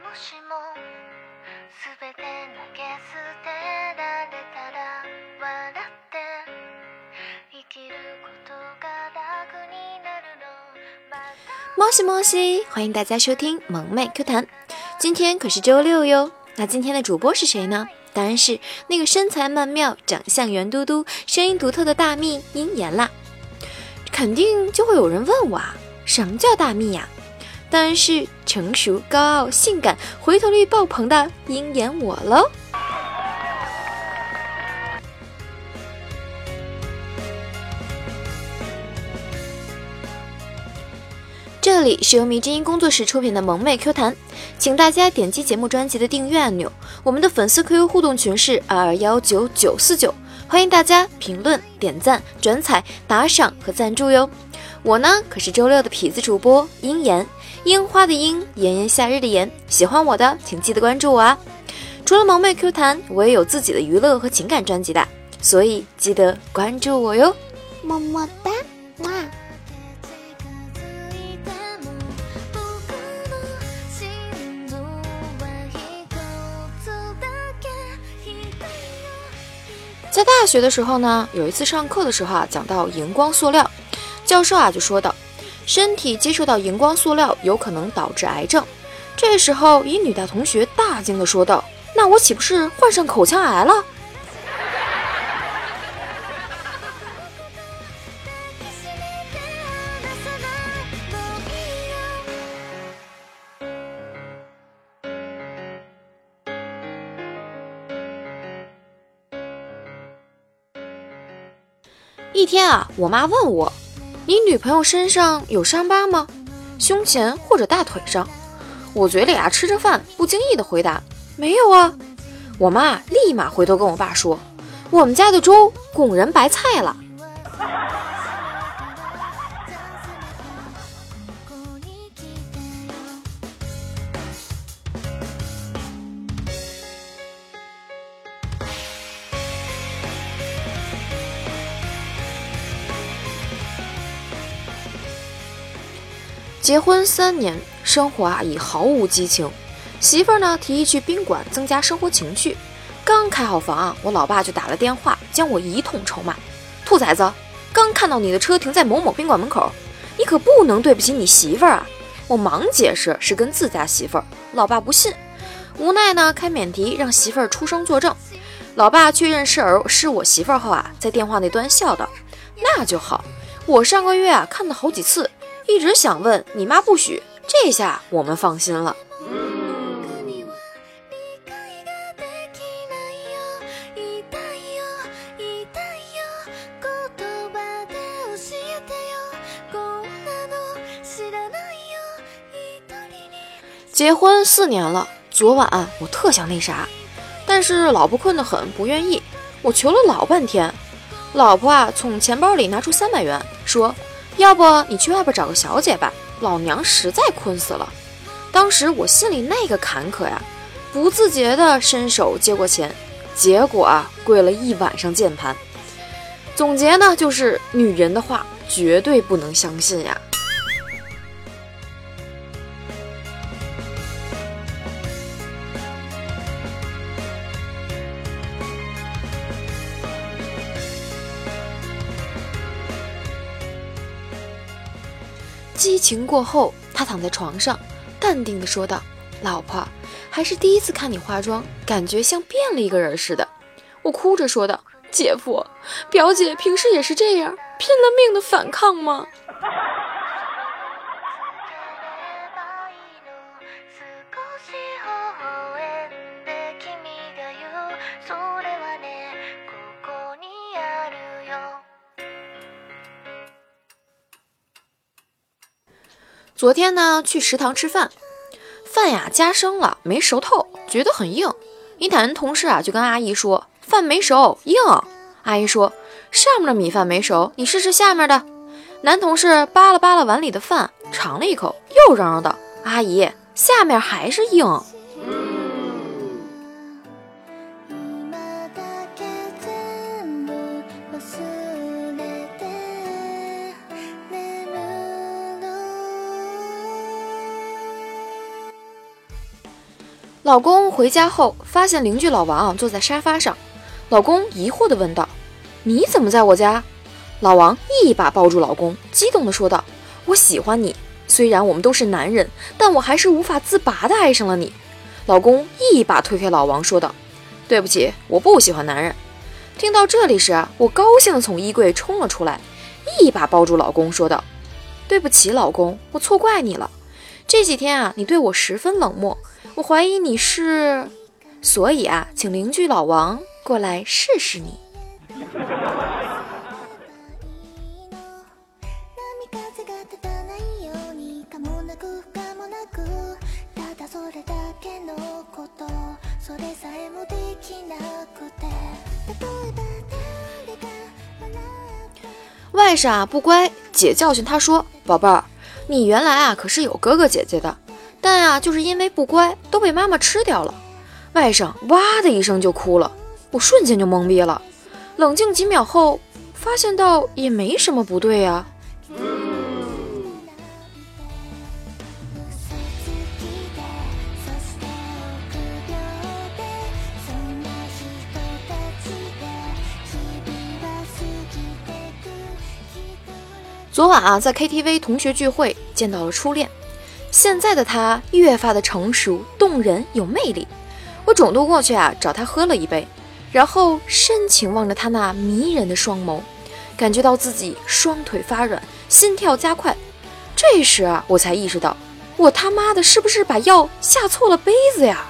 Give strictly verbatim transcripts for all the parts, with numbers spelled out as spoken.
しも全て投げ捨てられたら笑って生きることが楽になるの。 摩西摩西，欢迎大家收听萌妹 Q 弹。今天可是周六哟，那今天的主播是谁呢？当然是那个身材曼妙、长相圆嘟嘟、声音独特的大蜜鹰妍啦。肯定就会有人问我啊，什么叫大蜜呀？当然是成熟、高傲、性感、回头率爆棚的鹰妍我喽。这里是由迷之音工作室出品的萌妹 Q 弹，请大家点击节目专辑的订阅按钮，我们的粉丝 Q Q 互动群是二二一九九四九，欢迎大家评论、点赞、转采、打赏和赞助哟。我呢可是周六的痞子主播鹰妍，樱花的樱，炎炎夏日的炎，喜欢我的请记得关注我啊。除了萌妹 Q 弹，我也有自己的娱乐和情感专辑的，所以记得关注我哟，么么哒，哇。在大学的时候呢，有一次上课的时候啊，讲到荧光塑料，教授啊就说道，身体接触到荧光塑料有可能导致癌症。这时候一女大同学大惊地说道，那我岂不是患上口腔癌了？一天啊，我妈问我，你女朋友身上有伤疤吗？胸前或者大腿上？我嘴里啊吃着饭，不经意的回答，没有啊。我妈立马回头跟我爸说，我们家的粥拱人白菜了。结婚三年，生活啊已毫无激情。媳妇儿呢提议去宾馆增加生活情趣，刚开好房啊，我老爸就打了电话将我一通臭骂。兔崽子，刚看到你的车停在某某宾馆门口，你可不能对不起你媳妇儿啊！我忙解释是跟自家媳妇儿，老爸不信，无奈呢开免提让媳妇儿出声作证。老爸确认是儿是我媳妇儿后啊，在电话那端笑道，那就好，我上个月啊看了好几次。一直想问你妈不许，这下我们放心了。结婚四年了，昨晚我特想那啥，但是老婆困得很，不愿意。我求了老半天，老婆啊从钱包里拿出三百元，说要不你去外边找个小姐吧，老娘实在困死了。当时我心里那个坎坷呀，不自觉地伸手接过钱，结果啊跪了一晚上键盘。总结呢就是女人的话绝对不能相信呀。激情过后，他躺在床上，淡定地说道：“老婆，还是第一次看你化妆，感觉像变了一个人似的。”我哭着说道：“姐夫，表姐平时也是这样，拼了命的反抗吗？”昨天呢，去食堂吃饭，饭呀加生了，没熟透，觉得很硬。一男同事啊就跟阿姨说，饭没熟，硬。阿姨说，上面的米饭没熟，你试试下面的。男同事扒拉扒拉碗里的饭，尝了一口，又嚷嚷道，阿姨，下面还是硬。 老公回家后，发现邻居老王坐在沙发上，老公疑惑地问道：“你怎么在我家？”老王一把抱住老公，激动地说道：“我喜欢你，虽然我们都是男人，但我还是无法自拔地爱上了你。”老公一把推开老王，说道：“对不起，我不喜欢男人。”听到这里时啊，我高兴地从衣柜冲了出来，一把抱住老公，说道：“对不起，老公，我错怪你了。这几天啊，你对我十分冷漠，我怀疑你是……所以啊，请邻居老王过来试试你。”外甥啊不乖，姐教训他说：“宝贝儿，你原来啊可是有哥哥姐姐的，但啊就是因为不乖，都被妈妈吃掉了。”外甥哇的一声就哭了，我瞬间就懵逼了。冷静几秒后，发现到也没什么不对啊。昨晚啊，在 K T V 同学聚会见到了初恋，现在的他越发的成熟、动人、有魅力。我主动过去啊，找他喝了一杯，然后深情望着他那迷人的双眸，感觉到自己双腿发软，心跳加快。这时啊，我才意识到，我他妈的是不是把药下错了杯子呀？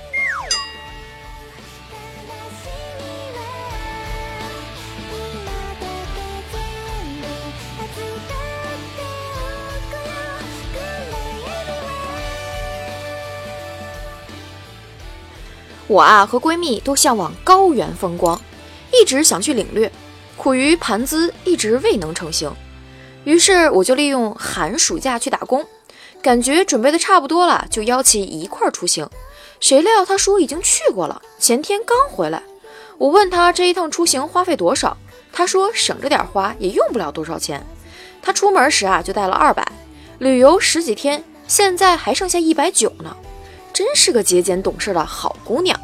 我啊和闺蜜都向往高原风光，一直想去领略，苦于盘资一直未能成行。于是我就利用寒暑假去打工，感觉准备的差不多了，就邀其一块儿出行。谁料他说已经去过了，前天刚回来。我问他这一趟出行花费多少，他说省着点花也用不了多少钱。他出门时啊就带了二百，旅游十几天，现在还剩下一百九呢。真是个节俭懂事的好姑娘。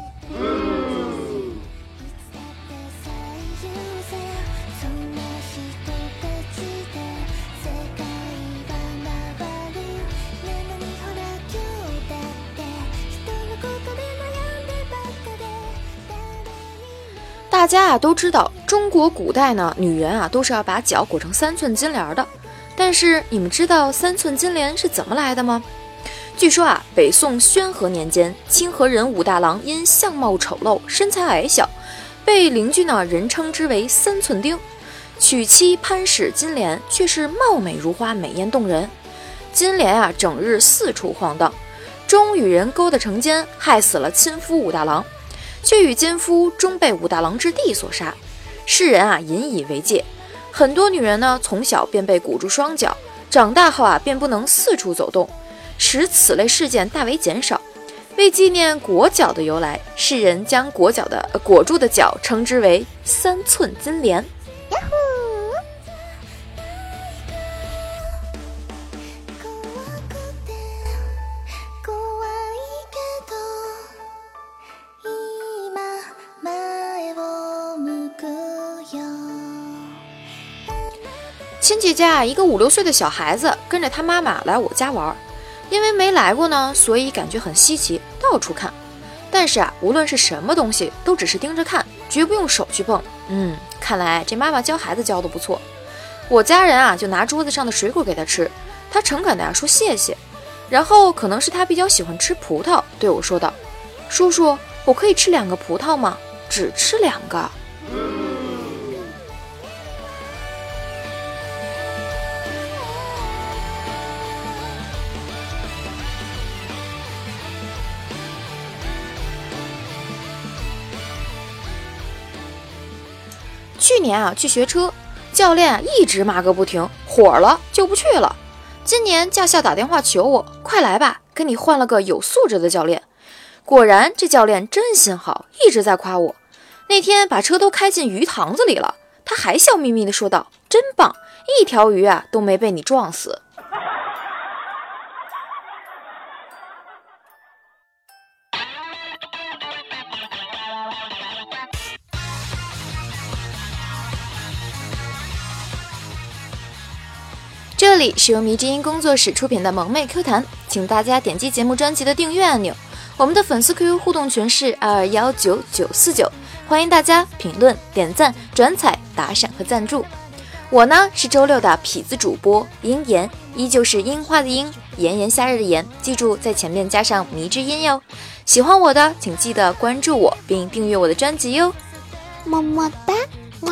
大家啊都知道，中国古代呢，女人啊都是要把脚裹成三寸金莲的。但是你们知道三寸金莲是怎么来的吗？据说啊，北宋宣和年间，清河人武大郎因相貌丑陋、身材矮小，被邻居呢人称之为三寸丁。娶妻潘氏金莲却是貌美如花，美艳动人。金莲啊，整日四处晃荡，终与人勾搭成奸，害死了亲夫武大郎，却与奸夫终被武大郎之弟所杀。世人啊引以为戒，很多女人呢从小便被箍住双脚，长大后啊便不能四处走动，使此类事件大为减少。为纪念裹脚的由来，世人将裹脚的、呃、裹住的脚称之为三寸金莲。亲戚家一个五六岁的小孩子跟着他妈妈来我家玩，因为没来过呢，所以感觉很稀奇，到处看。但是啊，无论是什么东西，都只是盯着看，绝不用手去碰。嗯，看来这妈妈教孩子教得不错。我家人啊，就拿桌子上的水果给他吃，他诚恳的呀、啊、说谢谢。然后可能是他比较喜欢吃葡萄，对我说道：“叔叔，我可以吃两个葡萄吗？只吃两个。”去年啊去学车，教练啊一直骂个不停，火了就不去了。今年驾校打电话求我，快来吧，跟你换了个有素质的教练。果然这教练真心好，一直在夸我。那天把车都开进鱼塘子里了，他还笑眯眯地说道：“真棒，一条鱼啊都没被你撞死。” 这里是由迷之音工作室出品的萌妹 Q 弹，请大家点击节目专辑的订阅按钮。我们的粉丝 Q Q 互动群是二二幺九九四九，欢迎大家评论、点赞、转采、打赏和赞助。我呢是周六的痞子主播樱妍，依旧是樱花的樱，炎炎夏日的炎，记住在前面加上迷之音哟。喜欢我的请记得关注我并订阅我的专辑哟，么么哒，哇！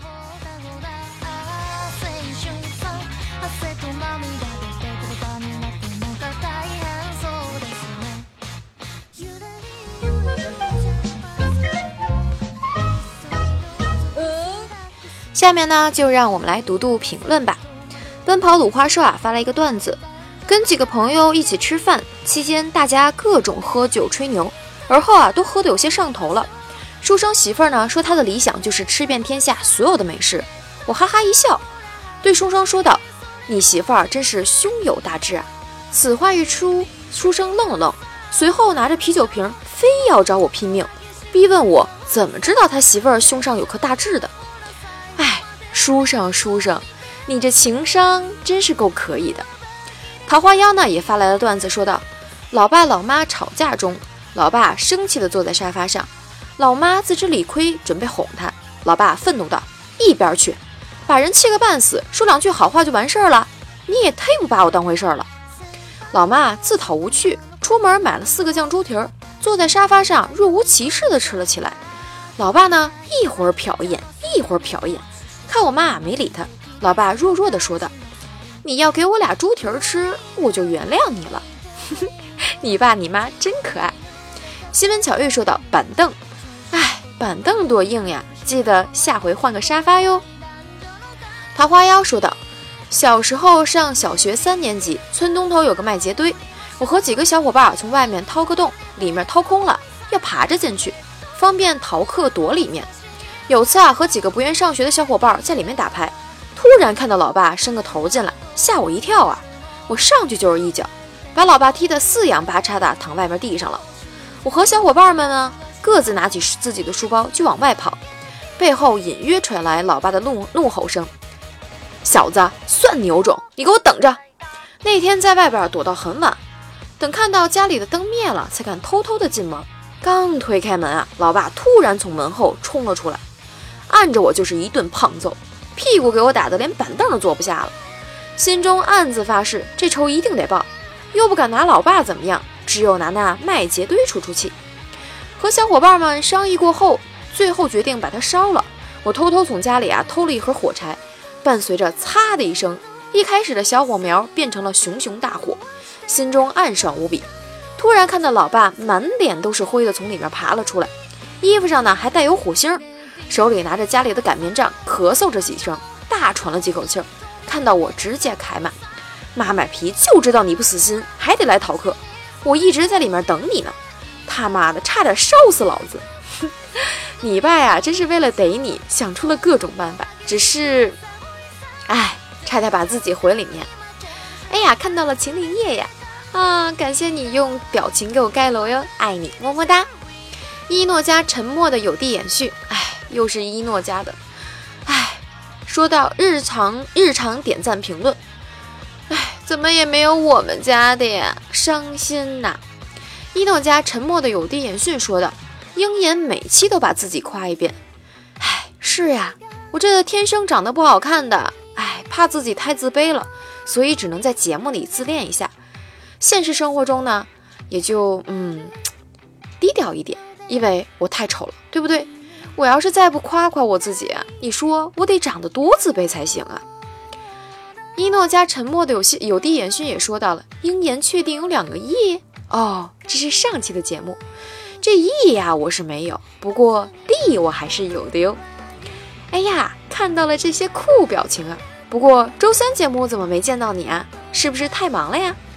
下面呢，就让我们来读读评论吧。奔跑鲁花兽啊发了一个段子，跟几个朋友一起吃饭期间，大家各种喝酒吹牛，而后啊都喝得有些上头了。书生媳妇儿呢说他的理想就是吃遍天下所有的美食，我哈哈一笑，对书生说道：“你媳妇儿真是胸有大志啊！”此话一出，书生愣了愣，随后拿着啤酒瓶非要找我拼命，逼问我怎么知道他媳妇儿胸上有颗大痣的。哎，书生书生，你这情商真是够可以的。桃花妖呢也发来了段子，说道：老爸老妈吵架中，老爸生气地坐在沙发上，老妈自知理亏，准备哄他。老爸愤怒道：一边去，把人气个半死，说两句好话就完事儿了，你也忒不把我当回事儿了。老妈自讨无趣，出门买了四个酱猪蹄儿，坐在沙发上若无其事地吃了起来。老爸呢一会儿瞟一眼，一会儿瞟一眼，看我妈没理他，老爸弱弱地说道：你要给我俩猪蹄儿吃，我就原谅你了。你爸你妈真可爱。新闻巧遇说道：板凳，哎，板凳多硬呀，记得下回换个沙发哟。桃花妖说道：小时候上小学三年级，村东头有个麦秸堆，我和几个小伙伴从外面掏个洞，里面掏空了，要爬着进去，方便逃课躲里面。有次啊，和几个不愿上学的小伙伴在里面打牌，突然看到老爸伸个头进来，吓我一跳啊！我上去就是一脚，把老爸踢得四仰八叉的躺外面地上了。我和小伙伴们呢，各自拿起自己的书包就往外跑，背后隐约传来老爸的怒怒吼声：小子，算你有种，你给我等着！那天在外边躲到很晚，等看到家里的灯灭了，才敢偷偷的进门。刚推开门啊，老爸突然从门后冲了出来，按着我就是一顿胖揍，屁股给我打得连板凳都坐不下了。心中暗自发誓，这仇一定得报，又不敢拿老爸怎么样，只有拿那麦秸堆出出气。和小伙伴们商议过后，最后决定把它烧了。我偷偷从家里啊偷了一盒火柴，伴随着擦的一声，一开始的小火苗变成了熊熊大火，心中暗爽无比。突然看到老爸满脸都是灰的从里面爬了出来，衣服上呢还带有火星，手里拿着家里的擀面杖，咳嗽着几声，大喘了几口气儿。看到我直接开骂：妈卖皮，就知道你不死心，还得来逃课，我一直在里面等你呢，他妈的差点烧死老子。你爸呀真是为了逮你想出了各种办法，只是哎，差点把自己毁里面。哎呀，看到了秦岭叶呀啊，感谢你用表情给我盖楼哟，爱你，么么哒。一诺家沉默的有地延续，哎，又是一诺家的。哎，说到日常日常点赞评论，哎，怎么也没有我们家的呀，伤心呐。一诺家沉默的有地延续说道：鹰眼每期都把自己夸一遍。哎，是呀，我这天生长得不好看的，哎，怕自己太自卑了，所以只能在节目里自恋一下。现实生活中呢，也就嗯低调一点，因为我太丑了，对不对？我要是再不夸夸我自己啊，你说我得长得多自卑才行啊。一诺家沉默的有有地延续也说到了，鹰眼确定有两个亿哦，这是上期的节目。这亿呀我是没有，不过地我还是有的哟。哎呀，看到了这些酷表情啊，不过周三节目怎么没见到你啊？是不是太忙了呀？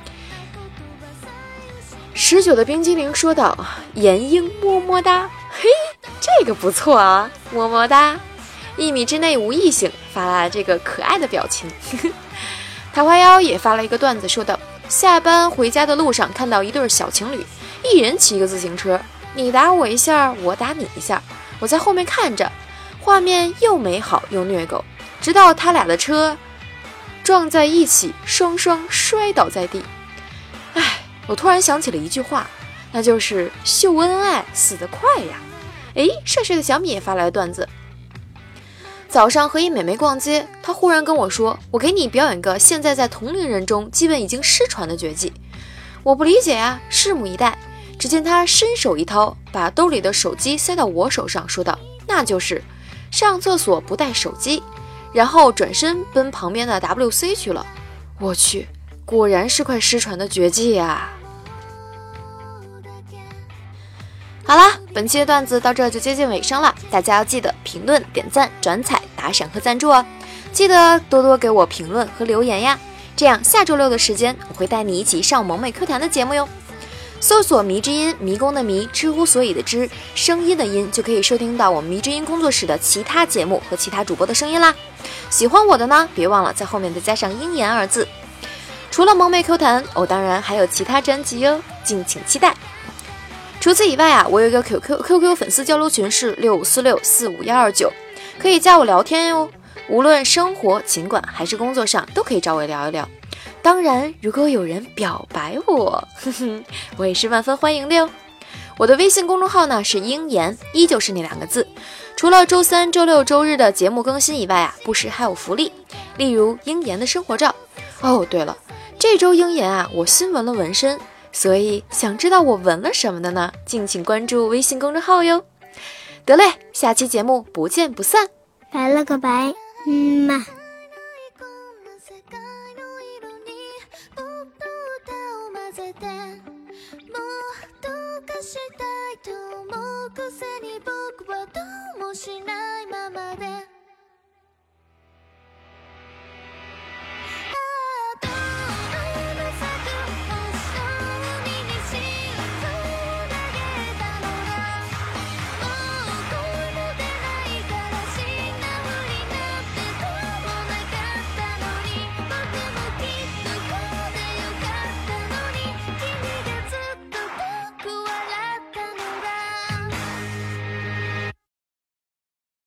十九的冰激凌说道：岩鹰么么哒，嘿，这个不错啊，么么哒。一米之内无异性发了这个可爱的表情。桃花妖也发了一个段子说道：下班回家的路上看到一对小情侣，一人骑个自行车，你打我一下，我打你一下，我在后面看着，画面又美好又虐狗，直到他俩的车撞在一起，双双摔倒在地。唉，我突然想起了一句话，那就是秀恩爱死得快呀。诶，帅帅的小米也发来了段子。早上和一美眉逛街，她忽然跟我说，我给你表演个现在在同龄人中基本已经失传的绝技。我不理解啊，拭目以待。只见她伸手一掏，把兜里的手机塞到我手上，说道，那就是上厕所不带手机，然后转身奔旁边的 W C 去了。我去，果然是块失传的绝技呀！好啦，本期的段子到这就接近尾声了，大家要记得评论、点赞、转采、打赏和赞助哦！记得多多给我评论和留言呀，这样下周六的时间我会带你一起上萌妹 Q 弹的节目哟。搜索迷之音，迷宫的迷，知乎所以的知，声音的音，就可以收听到我们迷之音工作室的其他节目和其他主播的声音啦。喜欢我的呢，别忘了在后面再加上鹰眼二字。除了萌妹 Q 弹，我当然还有其他专辑哟，敬请期待。除此以外啊，我有一个 Q Q Q Q 粉丝交流群是六五四六四五幺二九，可以加我聊天哟。无论生活、情感还是工作上，都可以找我聊一聊。当然，如果有人表白我，呵呵，我也是万分欢迎的哟。我的微信公众号呢是鹰言，依旧是那两个字。除了周三、周六、周日的节目更新以外啊，不时还有福利，例如鹰言的生活照。哦，对了，这周鹰言啊，我新纹了纹身。所以想知道我纹了什么的呢？敬请关注微信公众号哟。得嘞，下期节目不见不散。 拜了个拜，嗯嘛。 したいと思うくせに僕はどうもしないまま